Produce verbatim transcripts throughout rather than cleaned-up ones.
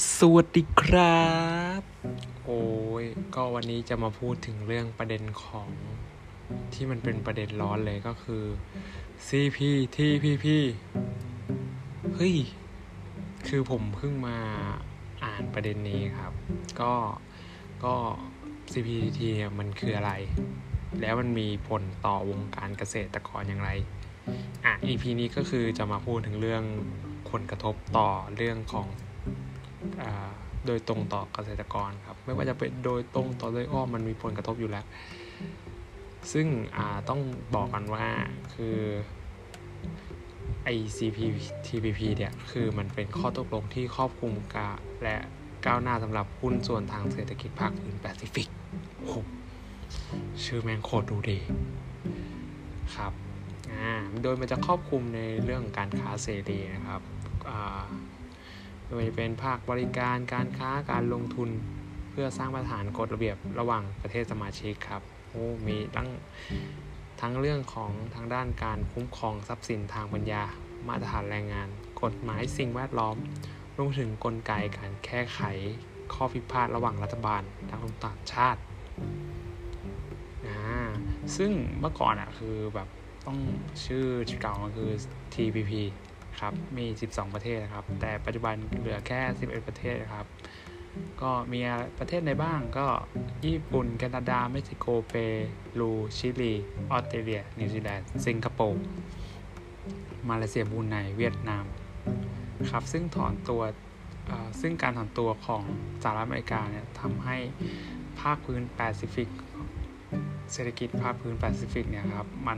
สวัสดีครับโอ้ยก็วันนี้จะมาพูดถึงเรื่องประเด็นของที่มันเป็นประเด็นร้อนเลยก็คือ ซี พี ที พี พี เฮ้ยคือผมเพิ่งมาอ่านประเด็นนี้ครับก็ก็ ซี พี ที มันคืออะไรแล้วมันมีผลต่อวงการเกษตรกรอย่างไรอ่ะ อี พี นี้ก็คือจะมาพูดถึงเรื่องผลกระทบต่อเรื่องของอ่าโดยตรงต่อเกษตรกรครับไม่ว่าจะเป็นโดยตรงต่อโดยอ้อมมันมีผลกระทบอยู่แล้วซึ่งอ่าต้องบอกกันว่าคือไอ ซี พี ที พี พี เนี่ยคือมันเป็นข้อตกลงที่ครอบคลุมกาและก้าวหน้าสำหรับหุ้นส่วนทางเศรษฐกิจภาคพื้นแปซิฟิกโอ้ชื่อแม่งโคตรดูดีครับอ่าโดยมันจะครอบคลุมในเรื่องการค้าเสรีนะครับอ่าไม่ว่าจะเป็นภาคบริการการค้าการลงทุนเพื่อสร้างมาตรฐานกฎระเบียบระหว่างประเทศสมาชิกครับโอ้มีทั้งทั้งเรื่องของทางด้านการคุ้มครองทรัพย์สินทางปัญญามาตรฐานแรงงานกฎหมายสิ่งแวดล้อมรวมถึงกลไกการแก้ไขข้อพิพาทระหว่างรัฐบาลทั้งต่างชาติอ่าซึ่งเมื่อก่อนอ่ะคือแบบต้องชื่อเก่ามันคือ ที พี พี ครับมีสิบสองประเทศครับแต่ปัจจุบันเหลือแค่สิบเอ็ดประเทศครับก็มีประเทศไหนบ้างก็ญี่ปุ่นแคนาดาเม็กซิโกเปรูชิลีออสเตรเลียนิวซีแลนด์สิงคโปร์มาเลเซียบรูไนเวียดนามครับซึ่งถอนตัวซึ่งการถอนตัวของสหรัฐอเมริกาเนี่ยทำให้ภาคพื้นแปซิฟิกเศรษฐกิจภาคพื้นแปซิฟิกเนี่ยครับมัน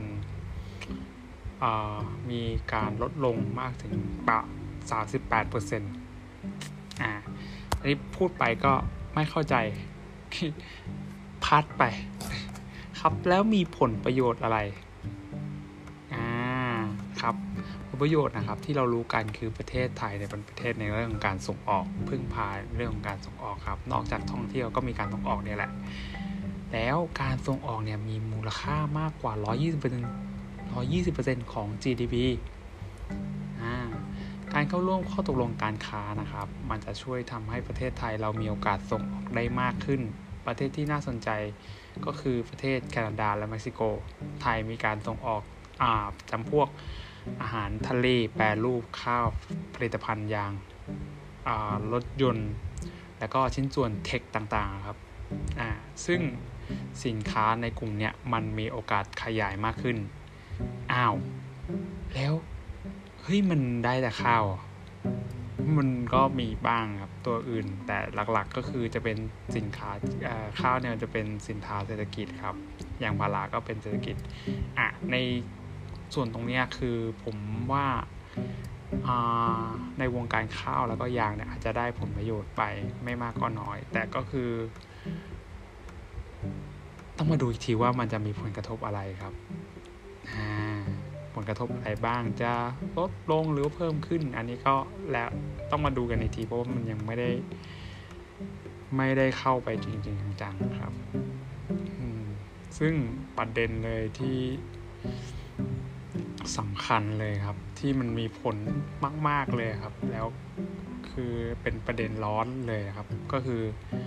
มีการลดลงมากถึงประมาณ สามสิบแปดเปอร์เซ็นต์ อ่าอันนี้พูดไปก็ไม่เข้าใจพัดไปครับแล้วมีผลประโยชน์อะไรอ่าครับผลประโยชน์นะครับที่เรารู้กันคือประเทศไทยเนี่ยเป็นประเทศในเรื่องของการส่งออกพึ่งพาเรื่องของการส่งออกครับนอกจากท่องเที่ยวก็มีการส่งออกเนี่ยแหละแล้วการส่งออกเนี่ยมีมูลค่ามากกว่า หนึ่งร้อยยี่สิบเปอร์เซ็นต์ หนึ่งร้อยยี่สิบเปอร์เซ็นต์ ของ จี ดี พี อ่าการเข้าร่วมข้อตกลงการค้านะครับมันจะช่วยทำให้ประเทศไทยเรามีโอกาสส่งออกได้มากขึ้นประเทศที่น่าสนใจก็คือประเทศแคนาดาและเม็กซิโกไทยมีการส่งออกอ่าจำพวกอาหารทะเลแปรรูปข้าวผลิตภัณฑ์ยางอ่ารถยนต์แล้วก็ชิ้นส่วนเทคต่างๆครับอ่าซึ่งสินค้าในกลุ่มเนี้ยมันมีโอกาสขยายมากขึ้นอ้าวแล้วเฮ้ยมันได้แต่ข้าวมันก็มีบ้างครับตัวอื่นแต่หลักๆก็คือจะเป็นสินค้าข้าวเนี่ยจะเป็นสินค้าเศรษฐกิจครับอย่างพาราก็เป็นเศรษฐกิจอ่ะในส่วนตรงนี้คือผมว่าในวงการข้าวแล้วก็ยางเนี่ยอาจจะได้ผลประโยชน์ไปไม่มากก็น้อยแต่ก็คือต้องมาดูอีกทีว่ามันจะมีผลกระทบอะไรครับผลกระทบอะไรบ้างจะลดลงหรือเพิ่มขึ้นอันนี้ก็แล้วต้องมาดูกันอีกทีเพราะว่ามันยังไม่ได้ไม่ได้เข้าไปจริงๆจังๆครับซึ่งประเด็นเลยที่สำคัญเลยครับที่มันมีผลมากๆเลยครับแล้วคือเป็นประเด็นร้อนเลยครับก็คือ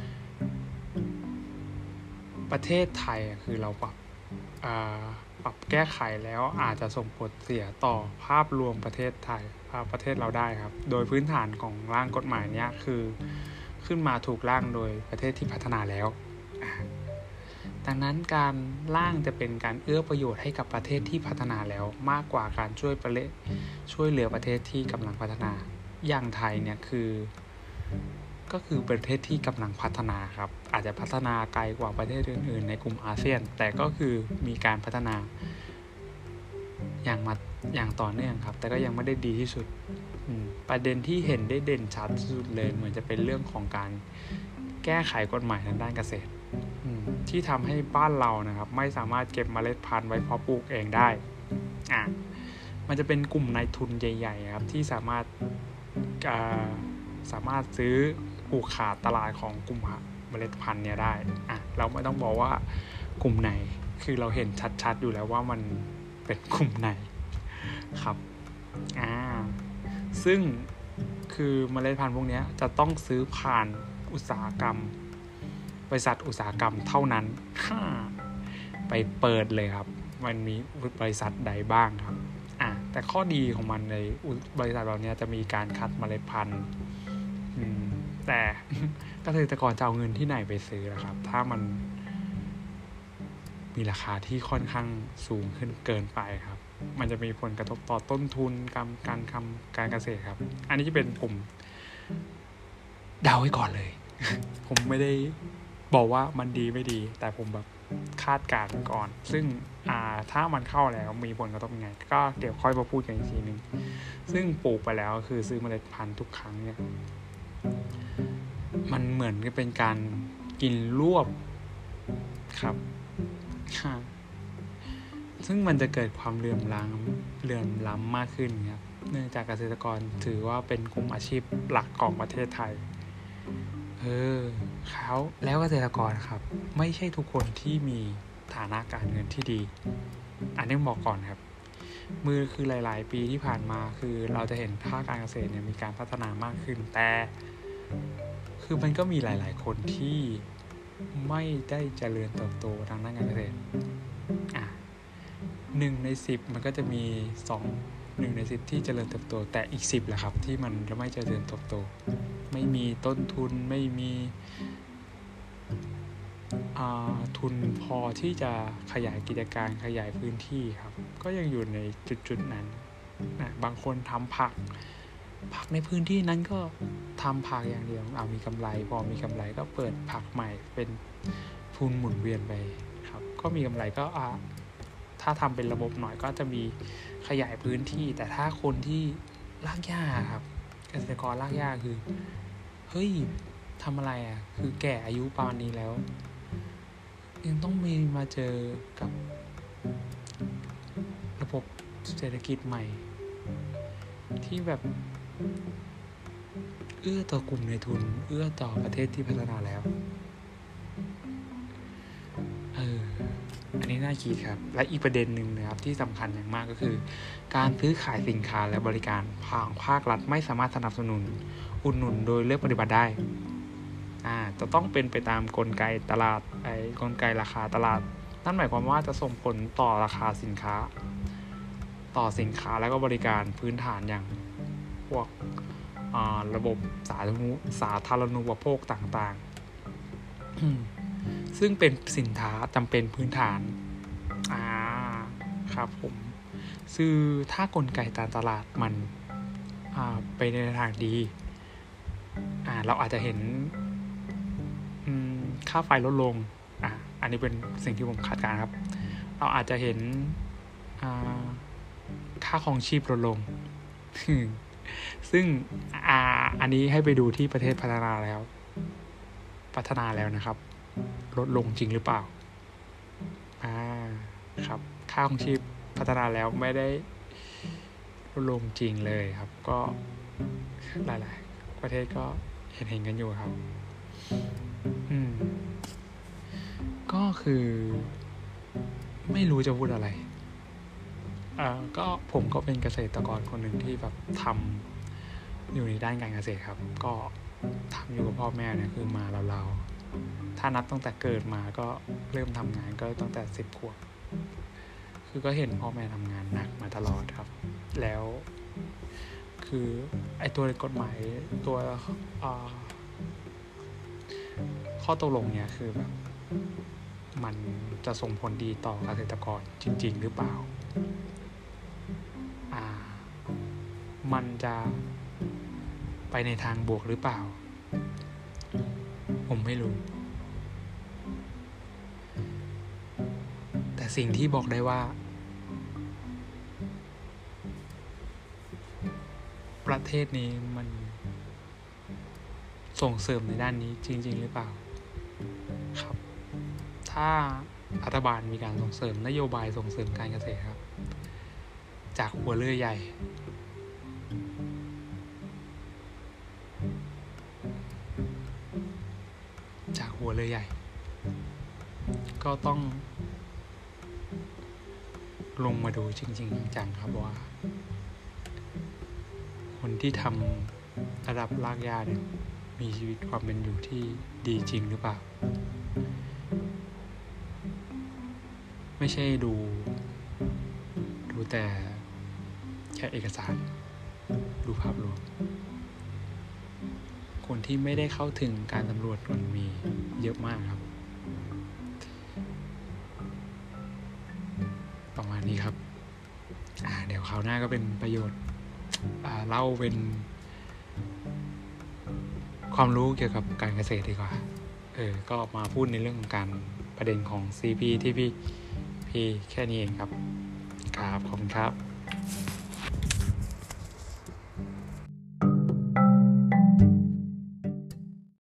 ประเทศไทยคือเราปรับปรับแก้ไขแล้วอาจจะส่งผลเสียต่อภาพรวมประเทศไทยประเทศเราได้ครับโดยพื้นฐานของร่างกฎหมายเนี้ยคือขึ้นมาถูกร่างโดยประเทศที่พัฒนาแล้วดังนั้นการร่างจะเป็นการเอื้อประโยชน์ให้กับประเทศที่พัฒนาแล้วมากกว่าการช่วยประเลช่วยเหลือประเทศที่กำลังพัฒนาอย่างไทยเนี่ยคือก็คือประเทศที่กำลังพัฒนาครับอาจจะพัฒนาไกลกว่าประเทศอื่นๆในกลุ่มอาเซียนแต่ก็คือมีการพัฒนาอย่างมาอย่างต่อเนื่องครับแต่ก็ยังไม่ได้ดีที่สุดประเด็นที่เห็นได้เด่นชัดสุดเลยเหมือนจะเป็นเรื่องของการแก้ไขกฎหมายทางด้านเกษตรที่ทำให้บ้านเรานะครับไม่สามารถเก็บเมล็ดพันธุ์ไว้เพาะปลูกเองได้อ่ะมันจะเป็นกลุ่มนายทุนใหญ่ๆครับที่สามารถสามารถซื้อผูกขาดตลาดของกลุ่มเมล็ดพันธุ์เนี่ยได้อ่ะเราไม่ต้องบอกว่ากลุ่มไหนคือเราเห็นชัดๆอยู่แล้วว่ามันเป็นกลุ่มไหนครับอ่าซึ่งคือเมล็ดพันธุ์พวกนี้จะต้องซื้อผ่านอุตสาหกรรมบริษัทอุตสาหกรรมเท่านั้นไปเปิดเลยครับมันมีบริษัทใดบ้างครับอ่ะแต่ข้อดีของมันในบริษัทเหล่านี้จะมีการคัดเมล็ดพันธุ์แต่เกษตรกรจะเอาเงินที่ไหนไปซื้อล่ะครับถ้ามันมีราคาที่ค่อนข้างสูงขึ้นเกินไปครับมันจะมีผลกระทบต่อต้นทุนการการทำการเกษตรครับอันนี้จะเป็นผมเดาไว้ก่อนเลย ผมไม่ได้บอกว่ามันดีไม่ดีแต่ผมแบบคาดการณ์ก่อนซึ่งอ่าถ้ามันเข้าแล้วมีผลกระทบยังไงก็เดี๋ยวค่อยมาพูดกันอีกทีนึงซึ่งปลูกไปแล้วคือซื้อเมล็ดพันธุ์ทุกครั้งเนี่ยมันเหมือนกับเป็นการกินรวบครับซึ่งมันจะเกิดความเหลื่อมล้ำเหลื่อมล้ำมากขึ้นครับเนื่องจากเกษตรกรถือว่าเป็นกลุ่มอาชีพหลักของประเทศไทยเออเขาแล้วเกษตรกรครับไม่ใช่ทุกคนที่มีฐานะการเงินที่ดีอันนี้บอกก่อนครับมือคือหลายๆปีที่ผ่านมาคือเราจะเห็นภาคการเกษตรเนี่ยมีการพัฒนามากขึ้นแต่คือมันก็มีหลายๆคนที่ไม่ได้เจริญเติบโตทางด้านการเกษตรอ่ะหนึ่งในสิบมันก็จะมีสองหนึ่งในสิบที่เจริญเติบโตแต่อีกสิบแหละครับที่มันไม่เจริญเติบโตไม่มีต้นทุนไม่มีทุนพอที่จะขยายกิจการขยายพื้นที่ครับก็ยังอยู่ในจุดๆนั้นนะบางคนทำผักผักในพื้นที่นั้นก็ทำผักอย่างเดียวเอามีกำไรพอมีกำไรก็เปิดผักใหม่เป็นทุนหมุนเวียนไปครับก็มีกำไรก็อ่าถ้าทำเป็นระบบหน่อยก็จะมีขยายพื้นที่แต่ถ้าคนที่รากหญ้าครับเกษตรกรรากหญ้าคือเฮ้ยทำอะไรอ่ะคือแก่อายุปานนี้แล้วยังต้องมีมาเจอกับระบบเศรษฐกิจใหม่ที่แบบเอื้อต่อกลุ่มในทุนเอื้อต่อประเทศที่พัฒนาแล้วเอออันนี้น่าคิดครับและอีกประเด็นหนึ่งนะครับที่สำคัญอย่างมากก็คือการซื้อขายสินค้าและบริการทางภาครัฐไม่สามารถสนับสนุนอุดหนุนโดยเลือกปฏิบัติได้อ่าจะต้องเป็นไปตามกลไกตลาดไอ้กลไกราคาตลาดนั่นหมายความว่าจะส่งผลต่อราคาสินค้าต่อสินค้าและก็บริการพื้นฐานอย่างพวกระบบสาธารณูสาธารณูปโภคต่างๆซึ่งเป็นสินค้าจำเป็นพื้นฐานอ่าครับผมซึ่งถ้ากลไกตามตลาดมันอ่าไปในทางดีอ่าเราอาจจะเห็นค่าไฟลดลงอ่ะอันนี้เป็นสิ่งที่ผมคาดการณ์ครับเราอาจจะเห็นค่าครองชีพลดลง ซึ่งอ่าอันนี้ให้ไปดูที่ประเทศพัฒนาแล้วพัฒนาแล้วนะครับลดลงจริงหรือเปล่าอ่าครับค่าครองชีพพัฒนาแล้วไม่ได้ลดลงจริงเลยครับก็หลายๆประเทศก็เห็นเห็นกันอยู่ครับอืมก็คือไม่รู้จะพูดอะไรอ่าก็ผมก็เป็นเกษตรกรคนหนึ่งที่แบบทำอยู่ในด้านการเกษตรครับก็ทำอยู่กับพ่อแม่เนี่ยคือมาเราๆถ้านับตั้งแต่เกิดมาก็เริ่มทำงานก็ตั้งแต่สิบขวบคือก็เห็นพ่อแม่ทำงานหนักมาตลอดครับแล้วคือไอ้ตัวกฎหมายตัวข้อตกลงเนี่ยคือแบบมันจะส่งผลดีต่อเกษตรกรจริงๆหรือเปล่าอ่ามันจะไปในทางบวกหรือเปล่าผมไม่รู้แต่สิ่งที่บอกได้ว่าประเทศนี้มันส่งเสริมในด้านนี้จริงๆหรือเปล่าครับถ้ารัฐบาลมีการส่งเสริมนโยบายส่งเสริมการเกษตรครับจากหัวเรือใหญ่จากหัวเรือใหญ่ก็ต้องลงมาดูจริงๆจังๆครับว่าคนที่ทระดับรากหญ้าเนี่ยมีชีวิตความเป็นอยู่ที่ดีจริงหรือเปล่าไม่ใช่ดูดูแต่แค่เอกสารดูภาพรวมคนที่ไม่ได้เข้าถึงการสำรวจมันมีเยอะมากครับประมาณนี้ครับอ่าเดี๋ยวคราวหน้าก็เป็นประโยชน์อ่าเล่าเป็นความรู้เกี่ยวกับการเกษตรดีกว่าเออก็มาพูดในเรื่องของการประเด็นของ ซี พี ที พี พี แค่นี้เองครับครับขอบคุณครับ